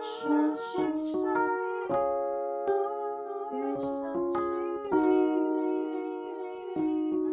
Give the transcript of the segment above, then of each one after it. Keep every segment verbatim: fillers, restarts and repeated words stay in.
说心声，遇上心灵。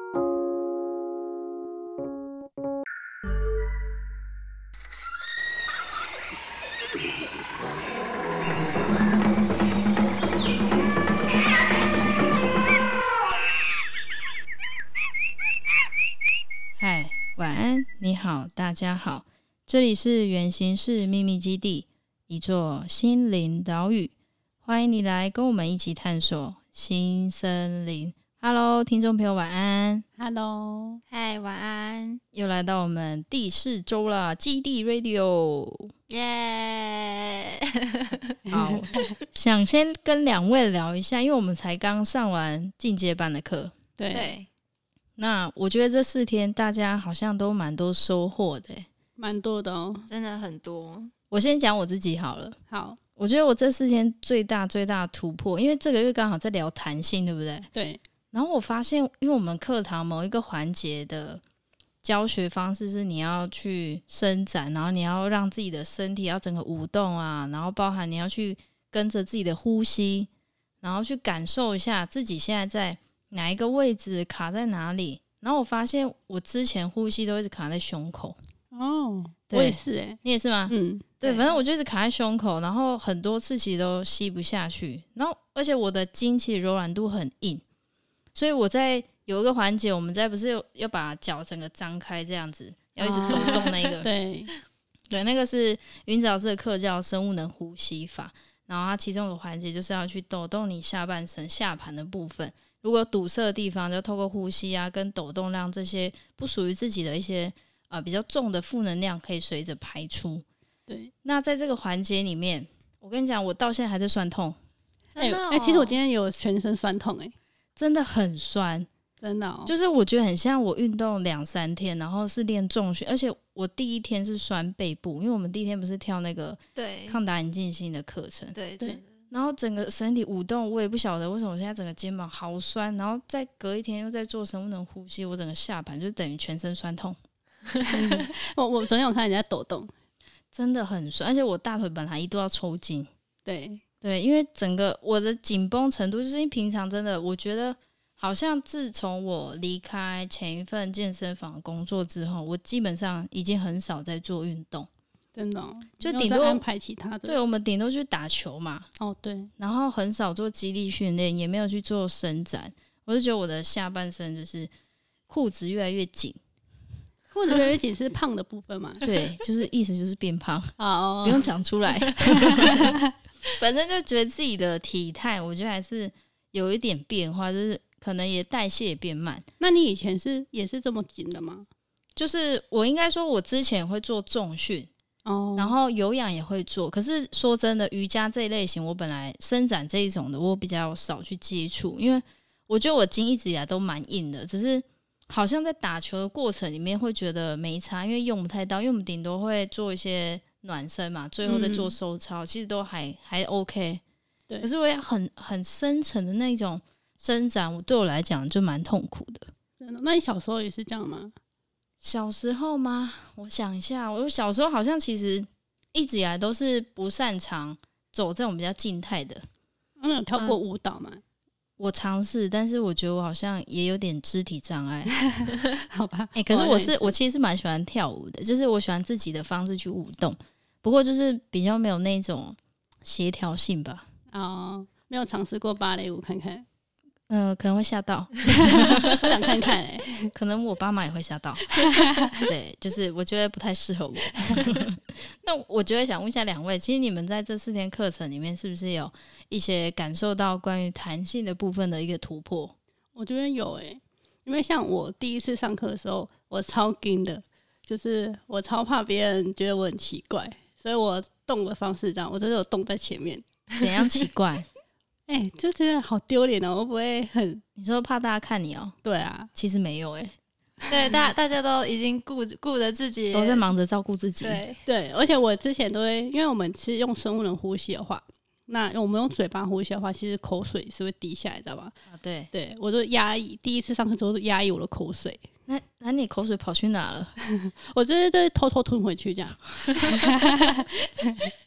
嗨，晚安，你好，大家好，这里是原型室秘密基地，一座心灵岛屿，欢迎你来跟我们一起探索新森林。Hello， 听众朋友晚安。 Hello， 嗨，晚安， 又来到我们第四周了，基地 Radio， 耶、 yeah! 好，想先跟两位聊一下，因为我们才刚上完进阶班的课。 对对， 那我觉得这四天大家好像都蛮多收获的， 蛮多的哦。 真的很多。 我先讲我自己好了。 好， 我觉得我这四天最大最大的突破，因为这个月刚好在聊弹性，对不对？ 对。 然后我发现，因为我们课堂某一个环节的教学方式是你要去伸展，然后你要让自己的身体要整个舞动啊，然后包含你要去跟着自己的呼吸，然后去感受一下自己现在在哪一个位置，卡在哪里。然后我发现我之前呼吸都一直卡在胸口。 哦，我也是哎， 你也是吗？ 嗯， 对，反正我就一直卡在胸口，然后很多次其实都吸不下去，然后而且我的筋其实柔软度很硬，所以我在有一个环节，我们在不是要把脚整个张开这样子，要一直抖动那个， 哦、对对，那个是云子老师的课叫生物能呼吸法，然后它其中有个环节就是要去抖动你下半身下盘的部分，如果堵塞的地方就透过呼吸啊跟抖动，让这些不属于自己的一些呃比较重的负能量可以随着排出。 对， 那在这个环节里面，我跟你讲，我到现在还在酸痛。 哎、 真的、哦欸欸，其实我今天有全身酸痛哎、欸， 真的很酸， 真的、哦， 就是我觉得很像我运动两三天，然后是练重训，而且我第一天是酸背部，因为我们第一天不是跳那个对抗打引进性的课程， 对对， 然后整个身体舞动，我也不晓得为什么我现在整个肩膀好酸，然后再隔一天又在做生物能呼吸，我整个下盘就等于全身酸痛。 嗯、我我昨天有看人家抖动， 真的很酸，而且我大腿本来一度要抽筋。 对对，因为整个我的紧绷程度，就是因为平常真的，我觉得好像自从我离开前一份健身房工作之后，我基本上已经很少在做运动， 真的、哦， 就顶多安排其他的。 对，我们顶多去打球嘛。 哦，对， 然后很少做肌力训练，也没有去做伸展，我就觉得我的下半身就是裤子越来越紧。 裤子越来越紧是胖的部分嘛？ 对，就是意思就是变胖， 哦， 不用讲出来。反正就觉得自己的体态，我觉得还是有一点变化，就是可能也代谢也变慢。 那你以前是也是这么紧的吗？ 就是我应该说，我之前会做重训， 哦， 然后有氧也会做。可是说真的，瑜伽这一类型，我本来伸展这一种的，我比较少去接触，因为我觉得我筋一直以来都蛮硬的，只是好像在打球的过程里面会觉得没差，因为用不太到，因为我们顶多会做一些暖身嘛，最后再做收操，嗯、其实都还还 OK。 对， 可是我要很很深层的那种伸展，我对我来讲就蛮痛苦的。 真的？那你小时候也是这样吗？ 小时候吗？我想一下，我小时候好像其实一直以来都是不擅长走这种比较静态的。 那有跳过舞蹈吗？嗯、 我尝试，但是我觉得我好像也有点肢体障碍。 好吧， 哎、欸，可是我是我其实是蛮喜欢跳舞的，就是我喜欢自己的方式去舞动，不过就是比较没有那种协调性吧。 哦，没有尝试过芭蕾舞看看。 呃，可能会吓到， 我想看看哎、 欸，可能我爸妈也会吓到。对，就是我觉得不太适合我。那我觉得想问一下两位，其实你们在这四天课程里面，是不是有一些感受到关于弹性的部分的一个突破？ 我觉得有哎、欸，因为像我第一次上课的时候，我超惊的，就是我超怕别人觉得我很奇怪，所以我动的方式这样，我就是有动在前面。 怎样奇怪？ 哎、欸，就觉得好丢脸哦！我不会很， 你说怕大家看你哦？ 对啊， 其实没有哎、 欸，对，大大家都已经顾顾着自己， 都在忙着照顾自己。 对对，而且我之前都会，因为我们是用生物能呼吸的话，那我们用嘴巴呼吸的话，其实口水是会滴下来，知道吧？ 啊，对， 对我就压抑，第一次上课之后就压抑我的口水。 那那你口水跑去哪了？ 我就是对偷偷吞回去这样。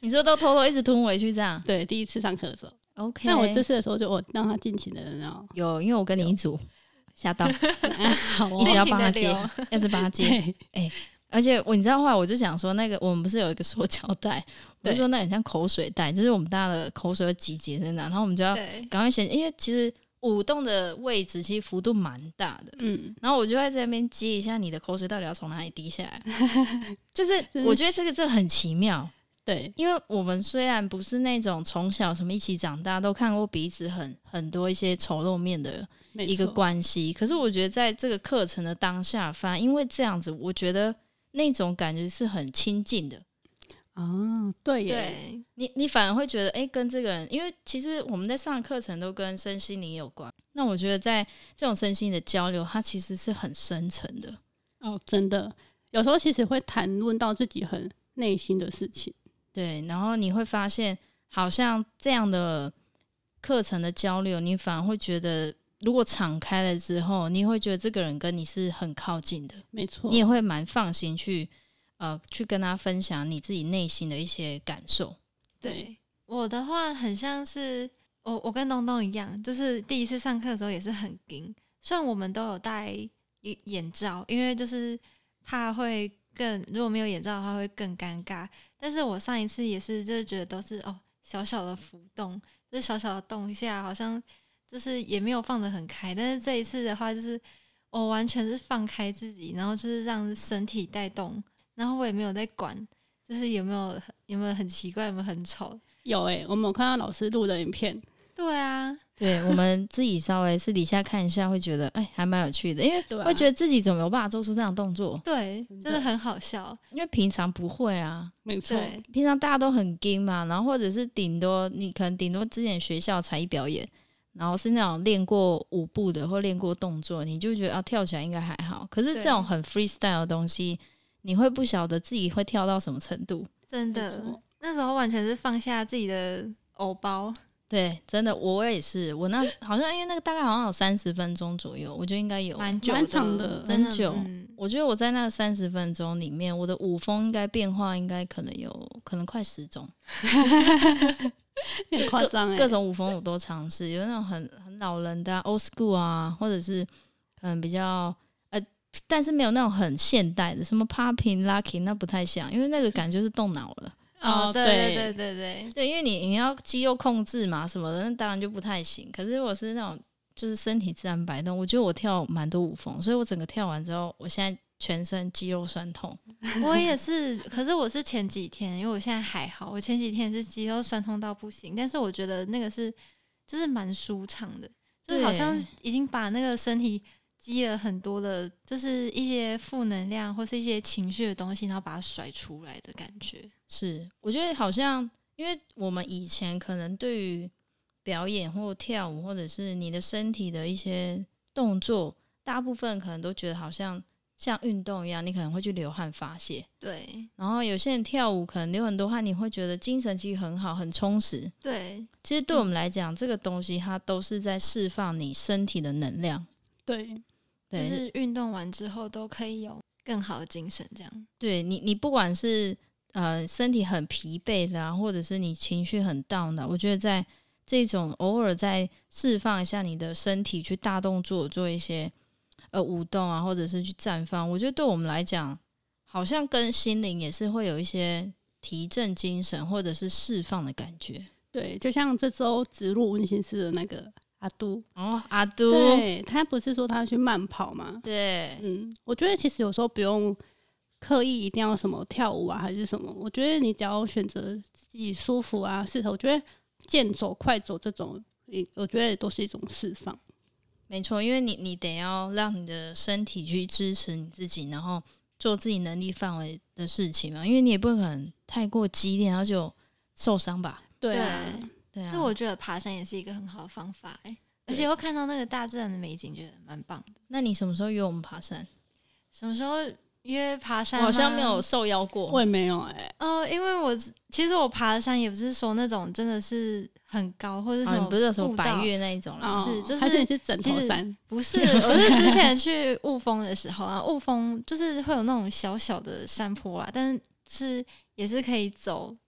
你说都偷偷一直吞回去这样对，第一次上课的时候， ？OK， 那我这次的时候就我让他尽情的，然后有，因为我跟你一组，吓到， 好哦一直要帮他接尽情地流， 一直帮他接。 对， 而且我你知道后来我就想说，那个我们不是有一个塑胶袋，我就对说那很像口水袋，就是我们大家的口水会集结在那，然后我们就要对， 赶快先，因为其实舞动的位置其实幅度蛮大的， 嗯， 然后我就会在那边接一下你的口水到底要从哪里滴下来，就是真是我觉得这个这个很奇妙， 对， 因为我们虽然不是那种从小什么一起长大，都看过彼此很很多一些丑陋面的没一个错关系，可是我觉得在这个课程的当下，反而因为这样子，我觉得那种感觉是很亲近的。 啊，对耶， 对， 你你反而会觉得，哎、跟这个人，因为其实我们在上的课程都跟身心灵有关。那我觉得在这种身心的交流，它其实是很深层的。 哦，真的，有时候其实会谈论到自己很内心的事情， 对，然后你会发现，好像这样的课程的交流，你反而会觉得，如果敞开了之后，你会觉得这个人跟你是很靠近的， 没错， 你也会蛮放心去呃去跟他分享你自己内心的一些感受。 对，我的话很像是我，我跟东东一样，就是第一次上课的时候也是很惊。虽然我们都有戴眼眼罩，因为就是怕会更如果没有眼罩的话会更尴尬。但是我上一次也是，就是觉得都是哦小小的浮动，就是小小的动一下，好像就是也没有放得很开。但是这一次的话，就是我完全是放开自己，然后就是让身体带动，然后我也没有在管。就是有没有有没有很奇怪，有没有很丑？ 有诶、我们有看到老师录的影片， 对啊， 对我们自己稍微私底下看一下，会觉得哎还蛮有趣的，因为对啊会觉得自己怎么有办法做出这样的动作， 对， 真的真的很好笑。 因为平常不会啊。 没错， 对平常大家都很硬嘛，然后或者是顶多你可能顶多之前学校才艺表演，然后是那种练过舞步的或练过动作，你就觉得啊跳起来应该还好。可是这种很 freestyle 的东西，你会不晓得自己会跳到什么程度。 真的没错， 那时候完全是放下自己的偶包。 对，真的我也是，我那好像因为那个大概好像有三十分钟左右，我觉得应该有。 蛮久蛮长的真很久嗯我觉得我在那三十分钟里面，我的舞风应该变化应该可能有可能快十种。 很夸张哎， 各种舞风我都尝试，有那种很很老人的、啊、old school 啊，或者是可能比较呃，但是没有那种很现代的，什么 popping、locking 那不太像，因为那个感觉就是动脑了。 哦， 哦对对对对对对， 对，因为你你要肌肉控制嘛什么的，那当然就不太行。可是如果是那种就是身体自然摆动，我觉得我跳蛮多舞风，所以我整个跳完之后，我现在全身肌肉酸痛。 我也是。可是我是前几天，因为我现在还好，我前几天是肌肉酸痛到不行，但是我觉得那个是就是蛮舒畅的，就是好像对已经把那个身体积了很多的，就是一些负能量或是一些情绪的东西，然后把它甩出来的感觉。 是，我觉得好像，因为我们以前可能对于表演或跳舞，或者是你的身体的一些动作，大部分可能都觉得好像像运动一样，你可能会去流汗发泄。 对然后有些人跳舞可能流很多汗，你会觉得精神其实很好，很充实。 对其实对我们来讲，这个东西它都是在释放你身体的能量。 对， 对， 就是运动完之后都可以有更好的精神，这样。 对你，你不管是呃身体很疲惫的啊，或者是你情绪很 down 的，我觉得在这种偶尔在释放一下你的身体，去大动作做一些呃舞动啊，或者是去绽放，我觉得对我们来讲，好像跟心灵也是会有一些提振精神或者是释放的感觉。 对，就像这周植入温馨室的那个阿都， 哦，阿都， 对他不是说他要去慢跑吗？ 对， 嗯，我觉得其实有时候不用刻意一定要什么跳舞啊，还是什么，我觉得你只要选择自己舒服啊、适合，我觉得健走、快走这种，我觉得都是一种释放。 没错，因为你你得要让你的身体去支持你自己，然后做自己能力范围的事情嘛，因为你也不可能太过激烈，然后就受伤吧。 对啊， 对啊， 那我觉得爬山也是一个很好的方法、欸，而且又看到那个大自然的美景，觉得蛮棒的。 那你什么时候约我们爬山？ 什么时候约爬山？ 我好像没有受邀过。 我也没有哎、 哦，因为我其实我爬的山也不是说那种真的是很高，或者是啊， 什么你不是有什么步道百岳那一种啦？ 哦是就是还是你是枕头其实山？ 不是，我是之前去雾峰的时候啊，雾峰就是会有那种小小的山坡啦，但是是也是可以走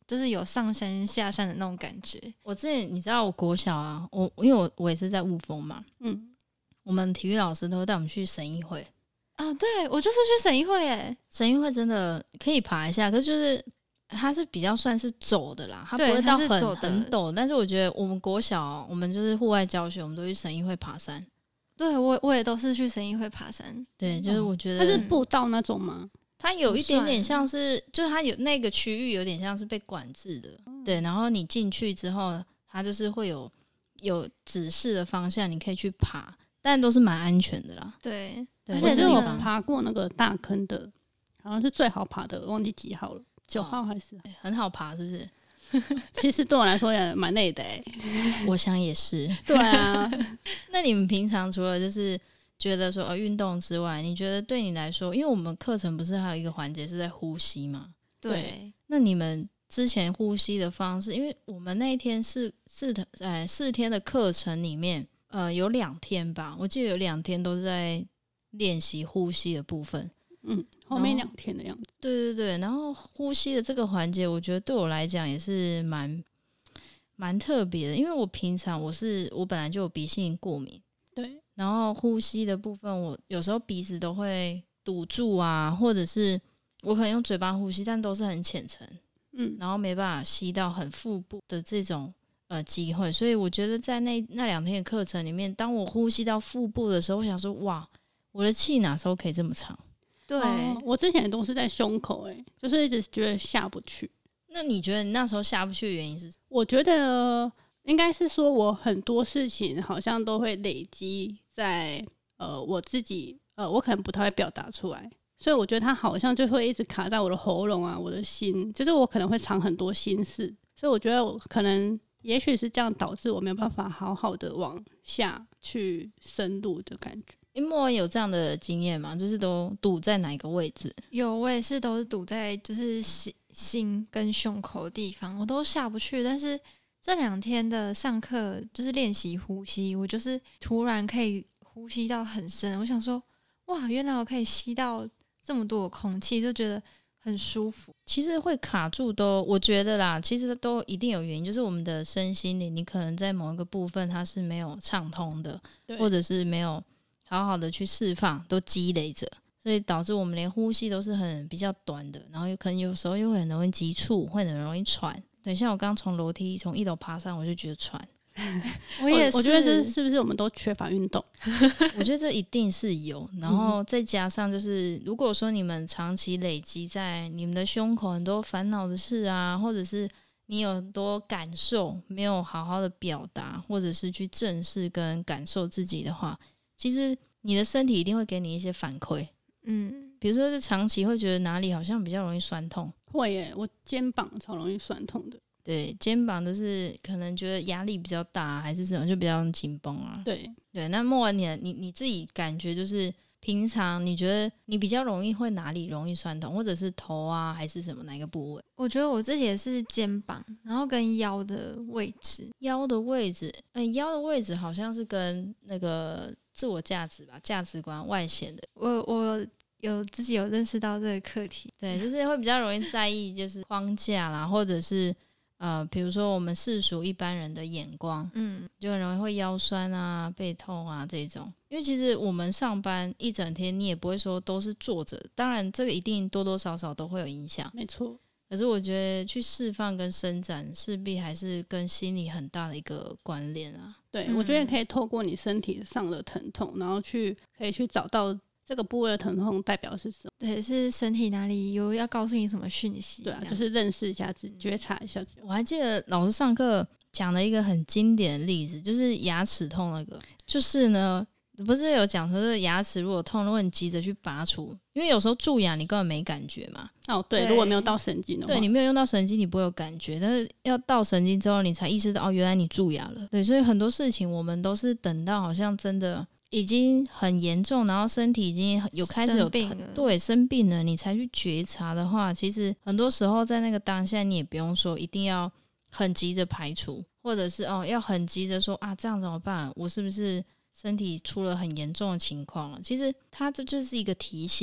就是有上山下山的那种感觉。 我之前你知道我国小啊，我因为我我也是在雾峰嘛， 嗯， 我们体育老师都会带我们去省议会。 啊，对我就是去省议会耶。 省议会真的可以爬一下，可是就是它是比较算是走的啦，它不对会到很它是走的很陡。但是我觉得我们国小，我们就是户外教学，我们都去省议会爬山。 对我我也都是去省议会爬山。 对，就是我觉它是得步道那种吗？ 它有一点点不算像是，就是它有那个区域有点像是被管制的，对。然后你进去之后，它就是会有有指示的方向，你可以去爬，但都是蛮安全的啦。 对， 对而我只有且那个爬过那个大坑的，好像是最好爬的，忘记几号了，九号还是？ 对很好爬，是不是？ 其实对我来说也蛮累的哎、 我想也是。 对啊， 那你们平常除了就是觉得说呃运动之外，你觉得对你来说，因为我们课程不是还有一个环节是在呼吸吗？ 对， 那你们之前呼吸的方式，因为我们那一天是四的呃四天的课程里面，呃有两天吧，我记得有两天都是在练习呼吸的部分。 嗯，后面两天的样子。 对对对，然后呼吸的这个环节，我觉得对我来讲也是蛮蛮特别的，因为我平常我是我本来就有鼻性过敏， 对， 然后呼吸的部分，我有时候鼻子都会堵住啊，或者是我可能用嘴巴呼吸，但都是很浅层， 嗯， 然后没办法吸到很腹部的这种呃机会，所以我觉得在那那两天的课程里面，当我呼吸到腹部的时候，我想说哇，我的气哪时候可以这么长？ 对， 哦我之前都是在胸口、欸，就是一直觉得下不去。 那你觉得你那时候下不去的原因是什么？ 我觉得应该是说，我很多事情好像都会累积在呃我自己呃，我可能不太会表达出来，所以我觉得它好像就会一直卡在我的喉咙啊，我的心，就是我可能会藏很多心事，所以我觉得我可能也许是这样导致我没有办法好好的往下去深入的感觉。 因为莫文有这样的经验吗？就是都堵在哪一个位置？ 有我也是都是堵在就是心心跟胸口的地方，我都下不去。但是这两天的上课就是练习呼吸，我就是突然可以呼吸到很深，我想说哇，原来我可以吸到这么多的空气，就觉得很舒服。 其实会卡住都，我觉得啦，其实都一定有原因，就是我们的身心灵，你可能在某一个部分它是没有畅通的， 对或者是没有好好的去释放，都积累着，所以导致我们连呼吸都是很比较短的，然后有可能有时候又会很容易急促，会很容易喘。对，像我刚从楼梯从一楼爬上，我就觉得喘。 我也是， 我觉得这是不是我们都缺乏运动？ 我觉得这一定是有，然后再加上就是，如果说你们长期累积在你们的胸口很多烦恼的事啊，或者是你有很多感受没有好好的表达，或者是去正视跟感受自己的话，其实你的身体一定会给你一些反馈。 嗯， 比如说，就长期会觉得哪里好像比较容易酸痛， 会耶，我肩膀超容易酸痛的。 对，肩膀就是可能觉得压力比较大，还是什么，就比较紧绷啊。 对， 对，那莫文你你你自己感觉就是平常你觉得你比较容易会哪里容易酸痛，或者是头啊，还是什么哪一个部位？ 我觉得我自己也是肩膀，然后跟腰的位置。 腰的位置，嗯、腰的位置好像是跟那个自我价值吧，价值观外显的， 我我有自己有认识到这个课题。 对，就是会比较容易在意就是框架啦，或者是呃，比如说我们世俗一般人的眼光， 嗯， 就很容易会腰酸啊、背痛啊这种。因为其实我们上班一整天，你也不会说都是坐着，当然这个一定多多少少都会有影响。 没错。 可是我觉得去释放跟伸展，势必还是跟心理很大的一个关联啊。 对， 嗯我觉得可以透过你身体上的疼痛，然后去可以去找到这个部位的疼痛代表是什么。 对，是身体哪里有要告诉你什么讯息？ 对啊， 这样就是认识一下自己，觉察一下自己。 我还记得老师上课讲了一个很经典的例子，就是牙齿痛那个，就是呢，不是有讲说，这牙齿如果痛，如果你急着去拔除，因为有时候蛀牙你根本没感觉嘛， 哦，对， 对如果没有到神经的话， 对你没有用到神经，你不会有感觉，但是要到神经之后，你才意识到哦，原来你蛀牙了。对，所以很多事情我们都是等到好像真的已经很严重，然后身体已经有开始有疼生病了对生病了，你才去觉察的话，其实很多时候在那个当下，你也不用说一定要很急着排除，或者是哦要很急着说啊这样怎么办？我是不是身体出了很严重的情况了？其实它这就是一个提醒。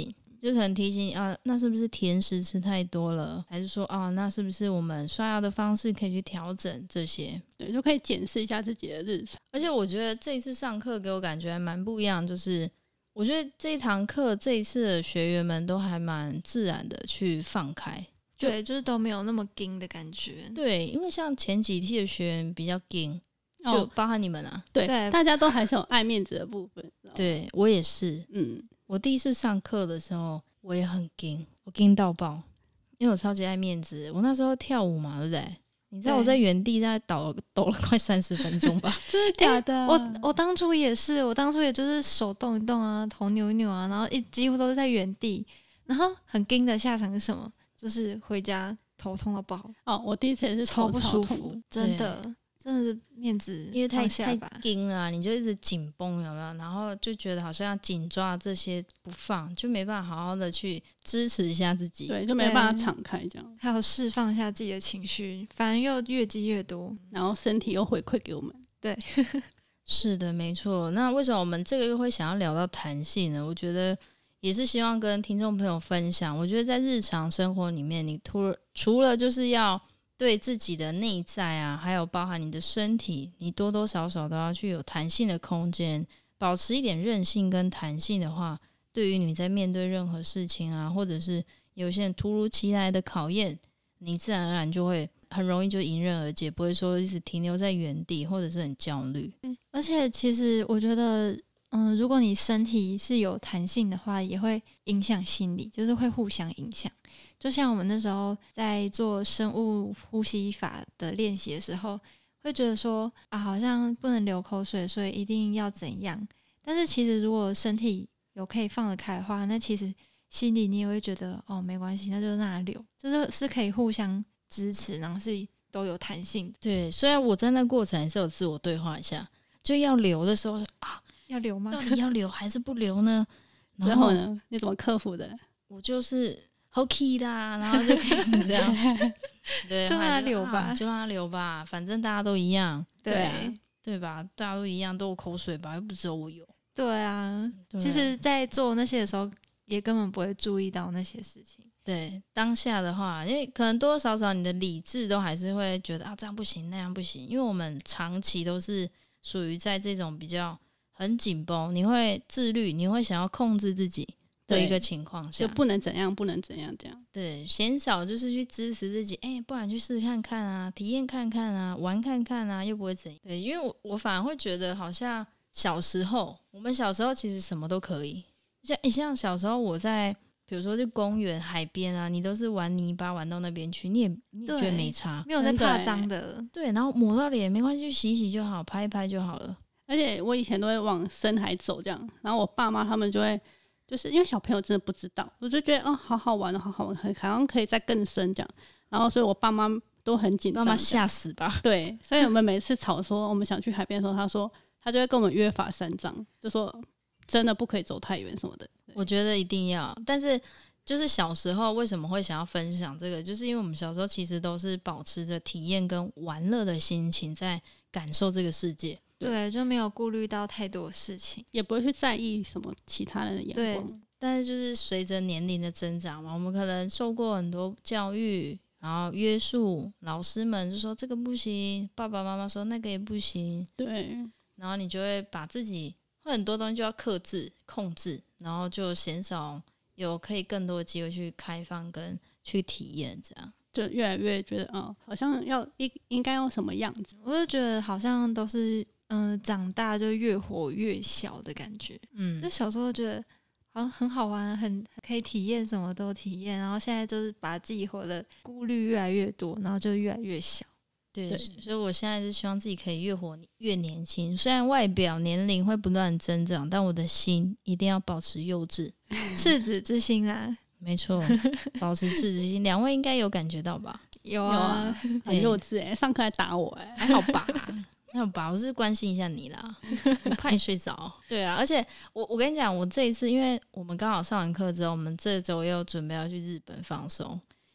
就可能提醒你啊，那是不是甜食吃太多了？还是说啊，那是不是我们刷牙的方式可以去调整这些？ 对，就可以检视一下自己的日常。 而且我觉得这一次上课给我感觉还蛮不一样，就是我觉得这一堂课这一次的学员们都还蛮自然的去放开。 对，就是都没有那么硬的感觉。 对，因为像前几期的学员比较硬，就哦， 包含你们啊。 对， 对大家都还是有爱面子的部分。知道吗， 对我也是， 嗯， 我第一次上课的时候我也很硬，我硬到爆，因为我超级爱面子。我那时候跳舞嘛，对不对？你知道对我在原地大概抖了抖了快三十分钟吧。 真的假的？ 我我当初也是，我当初也就是手动一动啊，头扭一扭啊，然后一几乎都是在原地，然后很硬的下场是什么？就是回家头痛到爆， 哦，我第一次也是头超不舒痛服，真的真的是面子因为太太放下吧。 紧了啊，你就一直紧绷，有没有？然后就觉得好像要紧抓这些不放，就没办法好好的去支持一下自己。 对，就没办法敞开这样， 还有释放一下自己的情绪，反而又越积越多。 然后身体又回馈给我们。 是的，没错。那为什么我们这个月会想要聊到弹性呢？我觉得也是希望跟听众朋友分享。我觉得在日常生活里面，你突除了就是要对自己的内在啊，还有包含你的身体，你多多少少都要去有弹性的空间，保持一点韧性跟弹性的话，对于你在面对任何事情啊，或者是有些人突如其来的考验，你自然而然就会很容易就迎刃而解，不会说一直停留在原地，或者是很焦虑。 而且其实我觉得，嗯，如果你身体是有弹性的话，也会影响心理，就是会互相影响。就像我们那时候在做生物呼吸法的练习的时候，会觉得说啊，好像不能流口水，所以一定要怎样。但是其实如果身体有可以放得开的话，那其实心里你也会觉得哦，没关系，那就让它流，就是是可以互相支持，然后是都有弹性的。 对，虽然我在那过程还是有自我对话一下，就要留的时候说啊， 要流吗到？底要留还是不留呢？ 之然后后呢，你怎么克服的？ 我就是好 key 的啊，然后就开始这样，对， 就让它后来流吧啊就让它流吧，反正大家都一样， 对啊对吧？大家都一样，都有口水吧，又不只有我有。 对啊， 对其实，在做那些的时候，也根本不会注意到那些事情。 对当下的话，因为可能多多少少你的理智都还是会觉得啊，这样不行，那样不行，因为我们长期都是属于在这种比较很紧绷，你会自律，你会想要控制自己的一个情况下， 就不能怎样，不能怎样这样。 对，鲜少就是去支持自己，哎、不然去试看看啊，体验看看啊，玩看看啊，又不会怎样。对，因为我我反而会觉得，好像小时候，我们小时候其实什么都可以，像诶像小时候我在，比如说去公园、海边啊，你都是玩泥巴玩到那边去，你也你也觉得对没差， 没有在真的欸怕脏的， 对，然后抹到脸没关系，洗一洗就好，拍一拍就好了。 而且我以前都会往深海走这样，然后我爸妈他们就会，就是因为小朋友真的不知道，我就觉得哦，好好玩哦，好好玩，好像可以再更深这样。然后所以我爸妈都很紧张， 妈妈吓死吧？ 对，所以我们每次吵说我们想去海边的时候，他说他就会跟我们约法三章，就说真的不可以走太远什么的。 我觉得一定要，但是就是小时候为什么会想要分享这个，就是因为我们小时候其实都是保持着体验跟玩乐的心情在感受这个世界。 对，就没有顾虑到太多事情。 也不会去在意什么其他人的眼光。 但是就是随着年龄的增长嘛，我们可能受过很多教育，然后约束，老师们就说这个不行，爸爸妈妈说那个也不行， 对， 然后你就会把自己会很多东西就要克制、控制，然后就减少有可以更多的机会去开放跟去体验这样。 就越来越觉得哦，好像要应应该要什么样子。 我就觉得好像都是，嗯、长大就越活越小的感觉。 嗯就，小时候觉得好像很好玩，很可以体验，什么都体验，然后现在就是把自己活的顾虑越来越多，然后就越来越小。 对， 对所以我现在就希望自己可以越活越年轻。虽然外表年龄会不断增长，但我的心一定要保持幼稚。 赤子之心啊， 没错，保持赤子之心。两位应该有感觉到吧？ 有有啊啊，，很幼稚哎、上课还打我哎、 还好吧？还好吧？我是关心一下你啦，我怕你睡着。对啊，而且我我跟你讲，我这一次，因为我们刚好上完课之后，我们这周又准备要去日本放松。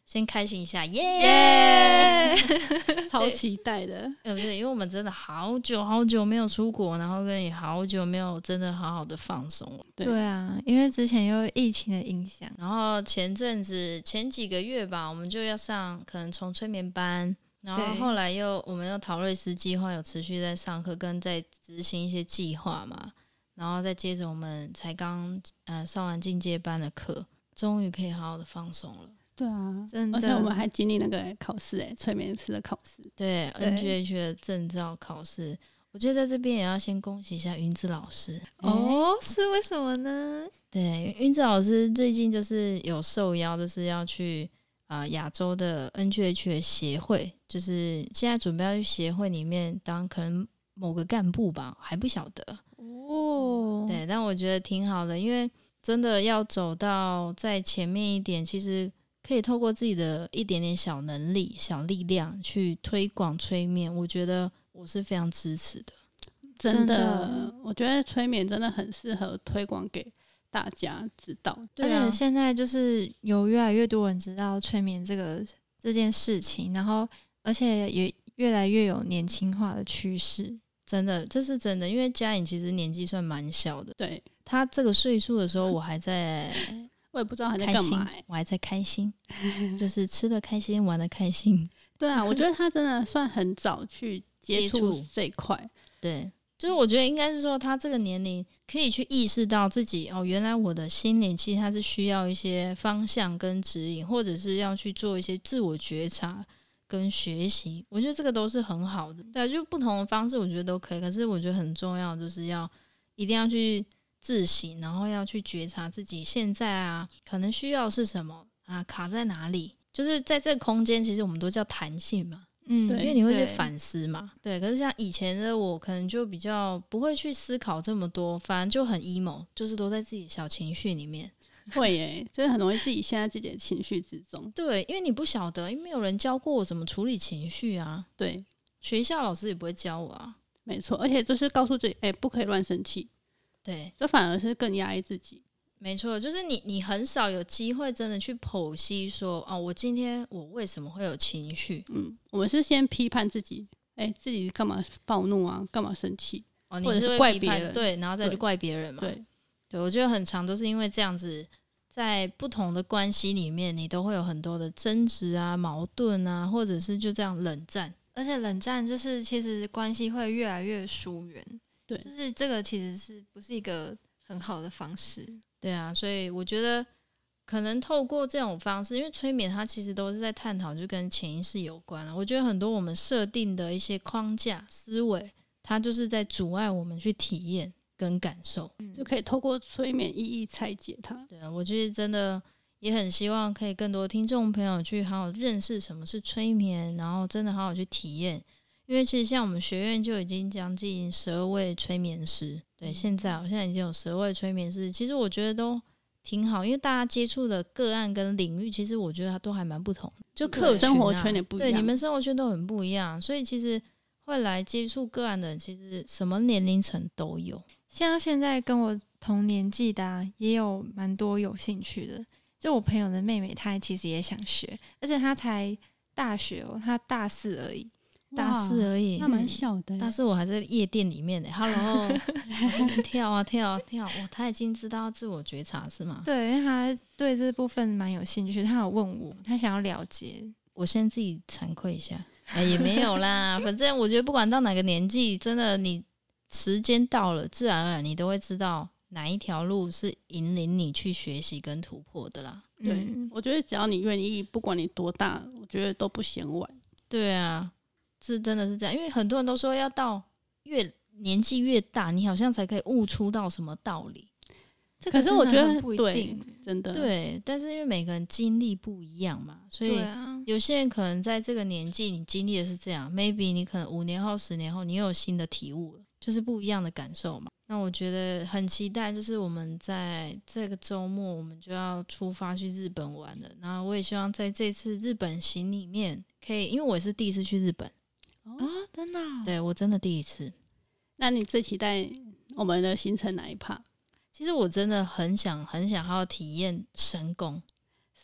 先开心一下，耶、 耶！ 超期待的。 对不对？因为我们真的好久好久没有出国，然后跟也好久没有真的好好的放松了。 对对啊，因为之前又有疫情的影响， 然后前阵子前几个月吧，我们就要上可能从催眠班，然后对后来又我们又陶瑞斯计划有持续在上课跟在执行一些计划嘛，然后再接着我们才刚呃上完进阶班的课，终于可以好好的放松了。 对啊， 真的而且我们还经历那个考试，哎，催眠师的考试。 对对 N G H 的证照考试，我觉得在这边也要先恭喜一下云子老师。 哦，是为什么呢？ 对，云子老师最近就是有受邀，就是要去啊亚、洲的 N G H 的协会，就是现在准备要去协会里面当可能某个干部吧，还不晓得。 哦， 对，但我觉得挺好的，因为真的要走到在前面一点，其实可以透过自己的一点点小能力、小力量去推广催眠，我觉得我是非常支持的。 真真的， 的我觉得催眠真的很适合推广给大家知道。 对啊而且现在就是有越来越多人知道催眠这个这件事情，然后而且也越来越有年轻化的趋势。 真的，这是真的，因为嘉颖其实年纪算蛮小的， 对， 她这个岁数的时候，我还在我也不知道还在开心干嘛、欸。， 我还在开心，就是吃的开心，玩的开心。 对啊，我觉得他真的算很早去接触接触这一块。 对，就是我觉得应该是说，他这个年龄可以去意识到自己哦，原来我的心灵其实它是需要一些方向跟指引，或者是要去做一些自我觉察跟学习。我觉得这个都是很好的，对啊，就不同的方式，我觉得都可以。可是我觉得很重要，就是要一定要去自省，然后要去觉察自己现在啊，可能需要是什么啊，卡在哪里。就是在这个空间，其实我们都叫弹性嘛， 嗯， 对因为你会去对反思嘛，对。可是像以前的我，可能就比较不会去思考这么多，反正就很 emo，就是都在自己小情绪里面。 会耶、真的很容易自己陷在自己的情绪之中。 对，因为你不晓得，因为没有人教过我怎么处理情绪啊， 对， 学校老师也不会教我啊。 没错，而且就是告诉自己，哎、不可以乱生气， 对， 这反而是更压抑自己。 没错，就是你，你很少有机会真的去剖析说，哦，我今天我为什么会有情绪？ 嗯，我们是先批判自己，哎、自己干嘛暴怒啊，干嘛生气？ 哦，你或者是会批怪别人判对，然后再去对怪别人嘛？ 对， 对，我觉得很长都是因为这样子，在不同的关系里面，你都会有很多的争执啊、矛盾啊，或者是就这样冷战。 而且冷战就是其实关系会越来越疏远， 对就是这个其实是不是一个很好的方式？ 对啊，所以我觉得可能透过这种方式，因为催眠它其实都是在探讨就跟潜意识有关了。我觉得很多我们设定的一些框架思维，它就是在阻碍我们去体验跟感受。 就可以透过催眠意义拆解它。 对啊，我觉得真的也很希望可以更多听众朋友去好好认识什么是催眠，然后真的好好去体验。因为其实像我们学院就已经将近十二位催眠师，对，现在好像已经有十二位催眠师，其实我觉得都挺好，因为大家接触的个案跟领域，其实我觉得它都还蛮不同的，就客群、啊、 生活圈也不一样对，你们生活圈都很不一样，所以其实会来接触个案的人，其实什么年龄层都有。 像现在跟我同年纪的、啊、也有蛮多有兴趣的，就我朋友的妹妹，她其实也想学，而且她才大学哦，她大四而已。 大四而已那蛮小的、 大四我还在夜店里面呢、欸、，Hello，我这边跳啊跳啊跳，哇，他已经知道自我觉察是吗？ 对，因为她对这部分蛮有兴趣，她有问我，她想要了解。 我先自己惭愧一下，哎、也没有啦，反正我觉得不管到哪个年纪，真的你时间到了，自然而然你都会知道哪一条路是引领你去学习跟突破的啦。 对、 嗯我觉得只要你愿意，不管你多大，我觉得都不嫌晚。 对啊，是真的是这样，因为很多人都说要到越年纪越大，你好像才可以悟出到什么道理。 这个可是我觉得真的很不一对定。 真的， 对，但是因为每个人经历不一样嘛，所以对啊， 有些人可能在这个年纪你经历的是这样 ，maybe 你可能五年后、十年后你又有新的体悟了，就是不一样的感受嘛。那我觉得很期待，就是我们在这个周末我们就要出发去日本玩了。然后我也希望在这次日本行里面，可以，因为我也是第一次去日本， 哦，真的哦、 对我真的第一次。 那你最期待我们的行程哪一趴？ 其实我真的很想很想好好体验神功，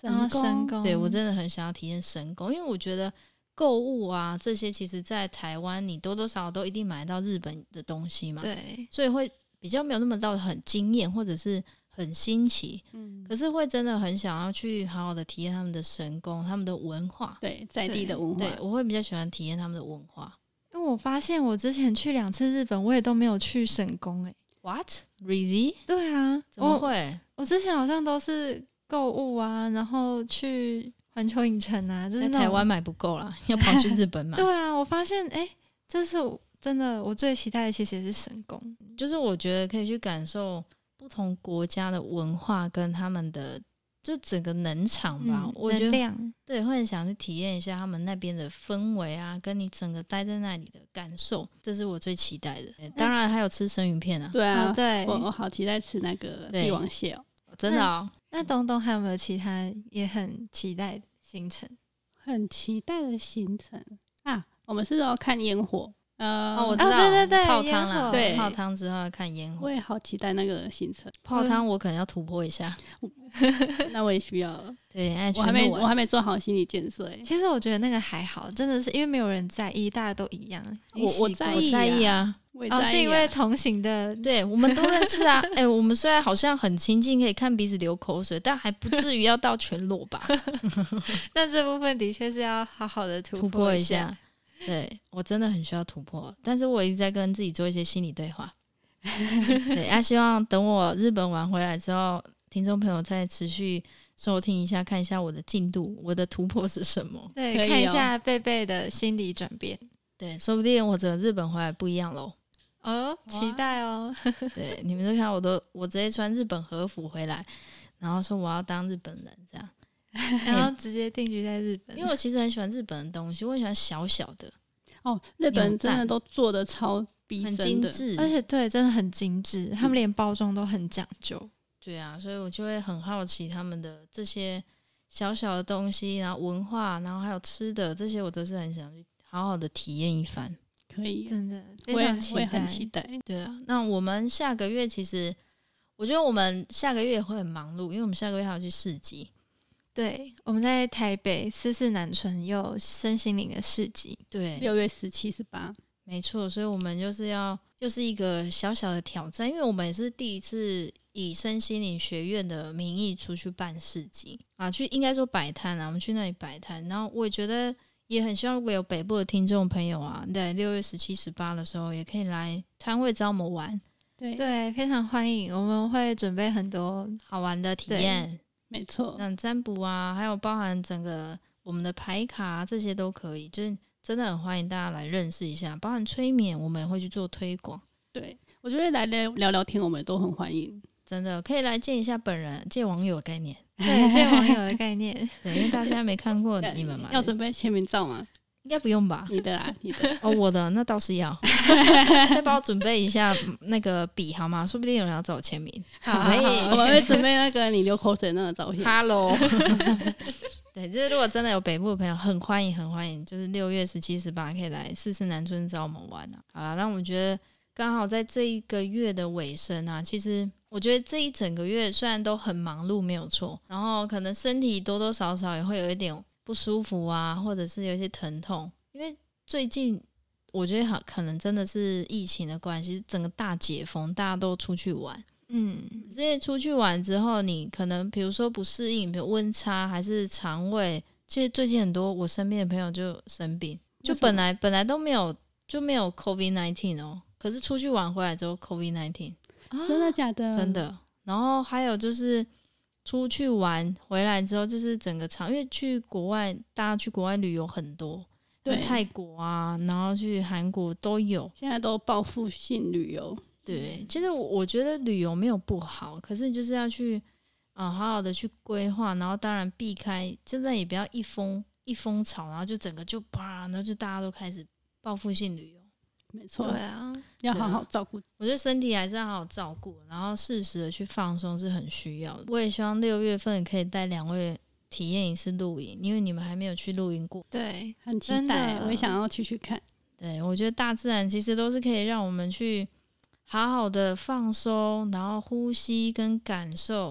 然后神神宫， 对我真的很想要体验神宫，因为我觉得购物啊这些，其实在台湾你多多少少都一定买到日本的东西嘛， 对， 所以会比较没有那么到很惊艳或者是很新奇， 嗯， 可是会真的很想要去好好的体验他们的神宫，他们的文化。 对在地的文化， 对，我会比较喜欢体验他们的文化。 因为我发现我之前去两次日本，我也都没有去神宫诶。 What really？ 对啊， 怎么我会？ 我之前好像都是购物啊，然后去环球影城啊，就是那种在台湾买不够啦，要跑去日本买。 对啊，我发现哎、诶这是我真的我最期待的，其实也是神宫。 就是我觉得可以去感受不同国家的文化跟他们的就整个能场吧。 嗯我觉得能量， 对，会很想去体验一下他们那边的氛围啊，跟你整个待在那里的感受，这是我最期待的。欸当然还有吃生鱼片啊， 对啊， 哦对我我好期待吃那个对帝王蟹哦， 真的哦。 那东东还有没有其他也很期待的行程？ 很期待的行程啊！我们是要看烟火，呃， 哦，我知道， 对对对泡汤烟啦， 火对泡汤之后要看烟火。 我也好期待那个行程， 泡汤我可能要突破一下， 那我也需要， 对，爱我还没我全部玩。 还没做好心理建设哎， 其实我觉得那个还好，真的是因为没有人在意，大家都一样。你我我习惯在意我在意啊啊， 哦， 我也在意啊是因为同行的， 对，我们都认识啊。哎、我们虽然好像很亲近，可以看彼此流口水，但还不至于要到全裸吧？ 但这部分的确是要好好的突突破一一下。对我真的很需要突破，但是我一直在跟自己做一些心理对话。对，啊，希望等我日本玩回来之后，听众朋友再持续收听一下，看一下我的进度，我的突破是什么。 对， 可以哦看一下贝贝的心理转变。 对，说不定我整个日本回来不一样喽。 哦，期待哦。 对，你们都看我都我直接穿日本和服回来，然后说我要当日本人这样。 然后直接定居在日本， 因为我其实很喜欢日本的东西，我很喜欢小小的， 哦，日本真的扭蛋都做的超逼很真的， 精致， 而且对，真的很精致，他们连包装都很讲究。 对啊，所以我就会很好奇他们的这些小小的东西，然后文化，然后还有吃的这些，我都是很想去好好的体验一番。 可以， 真的非我也常期待我也很。期待， 对啊，那我们下个月其实，我觉得我们下个月也会很忙碌，因为我们下个月还要去市集。 对，我们在台北四四南村有身心灵的市集， 对， 六月十七、十八， 没错，所以我们就是要就是一个小小的挑战，因为我们也是第一次以身心灵学院的名义出去办市集啊，去应该说摆摊啊，我们去那里摆摊。然后我也觉得也很希望，如果有北部的听众朋友啊，在六月十七、十八的时候，也可以来摊位找我们玩， 对， 对，非常欢迎。我们会准备很多， 好玩的体验， 没错， 那占卜啊，还有包含整个我们的牌卡、啊、这些都可以，就是真的很欢迎大家来认识一下，包含催眠，我们也会去做推广。 对我觉得来聊聊聊天，我们都很欢迎。 真的可以来见一下本人，见网友的概念。 对，见网友的概念。 对，因为大家没看过你们嘛， 要准备签名照吗？ 应该不用吧？ 你的啊，你的。 哦，我的那倒是要，再帮我准备一下嗯那个笔好吗？说不定有人要找我签名。 好可以我们会准备那个你流口水那个照片。 Hello，对，就是如果真的有北部的朋友，很欢迎，很欢迎，就是六月十七、十八可以来四四南村找我们玩啊。好了，那我觉得刚好在这一个月的尾声啊，其实我觉得这一整个月虽然都很忙碌，没有错，然后可能身体多多少少也会有一点不舒服啊，或者是有一些疼痛，因为最近我觉得好可能真的是疫情的关系，整个大解封，大家都出去玩。 嗯， 因为出去玩之后，你可能比如说不适应，比如温差还是肠胃，其实最近很多我身边的朋友就生病，就为什么本来本来都没有就没有 COVID 十九 哦，可是出去玩回来之后 COVID 十九， 真的假的？ 真的。然后还有就是出去玩回来之后，就是整个肠，因为去国外，大家去国外旅游很多， 对去泰国啊，然后去韩国都有。 现在都报复性旅游。 对，其实我我觉得旅游没有不好，可是就是要去啊、呃好好的去规划，然后当然避开，现在也不要一风一风潮，然后就整个就啪，然后就大家都开始报复性旅游。 没错， 对啊， 要好好照顾。 我觉得身体还是要好好照顾，然后适时的去放松是很需要的。我也希望六月份可以带两位体验一次露营，因为你们还没有去露营过。 对， 很期真待， 的我也想要去去看。 对，我觉得大自然其实都是可以让我们去好好的放松，然后呼吸跟感受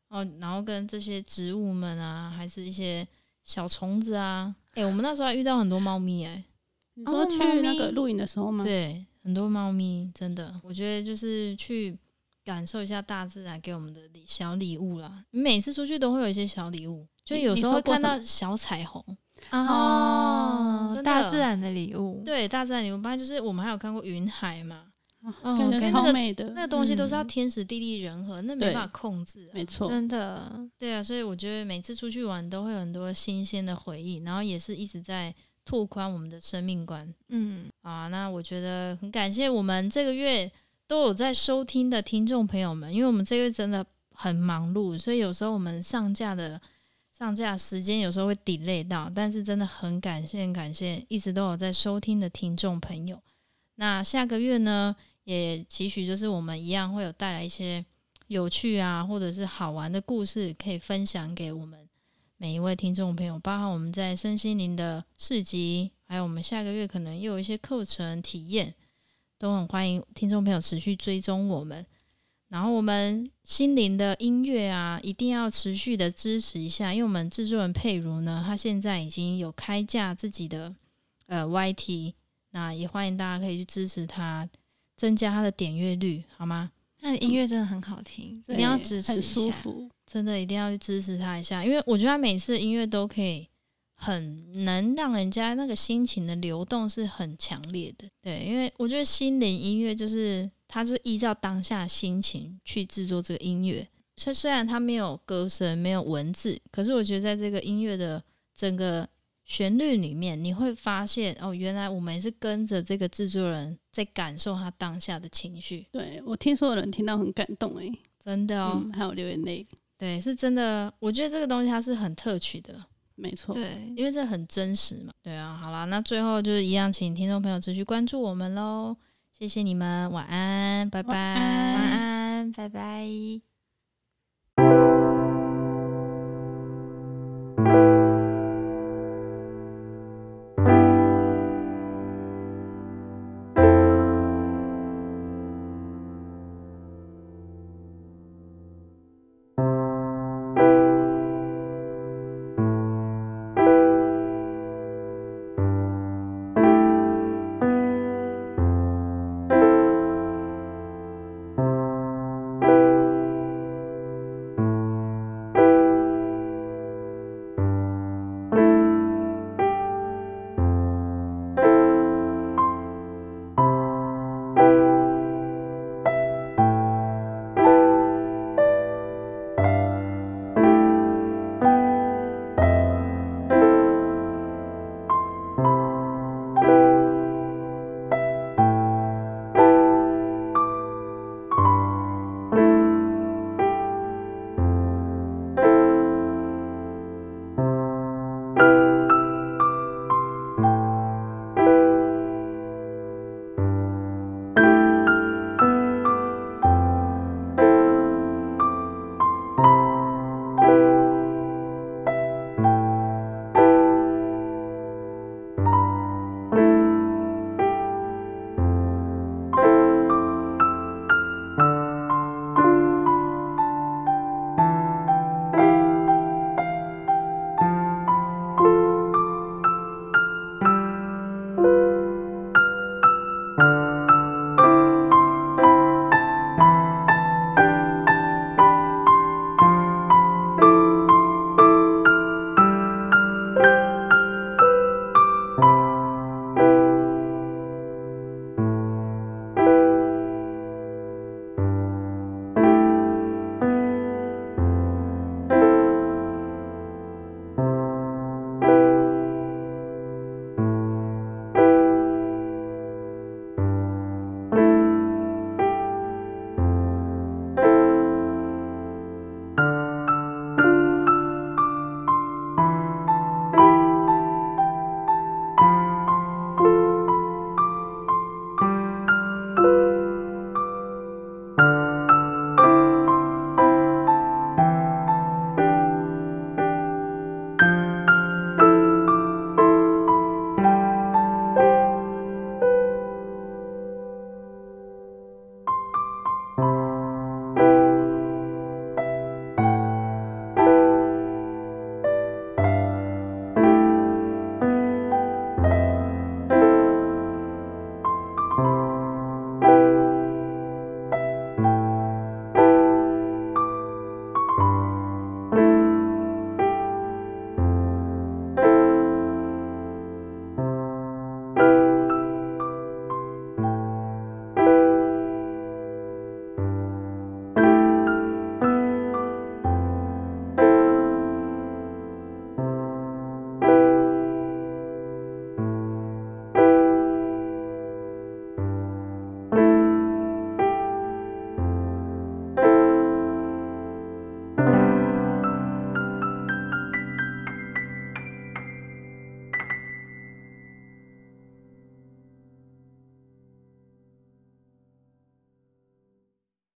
哦，然后跟这些植物们啊，还是一些小虫子啊，哎、我们那时候还遇到很多猫咪哎、 你说去哦猫咪那个露营的时候吗？， 对，很多猫咪，真的，我觉得就是去感受一下大自然给我们的礼小礼物啦。你每次出去都会有一些小礼物，就你有时候会看你收过什么到小彩虹， 哦， 真的大自然的礼物， 对，大自然礼物，不然就是我们还有看过云海嘛， 哦感觉跟超美的， 那个东西都是要嗯天时地利人和，那没对办法控制、啊。 没错， 真的， 对啊，所以我觉得每次出去玩都会有很多新鲜的回忆，然后也是一直在拓宽我们的生命观嗯， 啊。那我觉得很感谢我们这个月都有在收听的听众朋友们，因为我们这个月真的很忙碌，所以有时候我们上架的上架时间有时候会 delay 到，但是真的很感谢很感谢一直都有在收听的听众朋友。那下个月呢，也期许就是我们一样会有带来一些有趣啊，或者是好玩的故事，可以分享给我们每一位听众朋友，包含我们在身心灵的市集，还有我们下个月可能又有一些课程体验，都很欢迎听众朋友持续追踪我们。然后我们心灵的音乐啊，一定要持续的支持一下，因为我们制作人佩如呢，他现在已经有开架自己的呃 Y T， 那也欢迎大家可以去支持他，增加他的点阅率，好吗？ 那的音乐真的很好听，一对定要支持一很舒下。 服。 真的一定要去支持他一下，因为我觉得他每次的音乐都可以很能让人家那个心情的流动是很强烈的。对，因为我觉得心灵音乐就是它是依照当下心情去制作这个音乐，所以虽然它没有歌声没有文字，可是我觉得在这个音乐的整个旋律里面，你会发现哦，原来我们也是跟着这个制作人在感受他当下的情绪， 对我听说有人听到很感动哎、 真的哦， 嗯，还有流眼泪， 对，是真的。我觉得这个东西它是很特取的， 没错， 对， 因为这很真实嘛。对啊，好啦，那最后就是一样，请听众朋友持续关注我们喽，谢谢你们，晚安，拜拜， 晚安晚安，拜拜。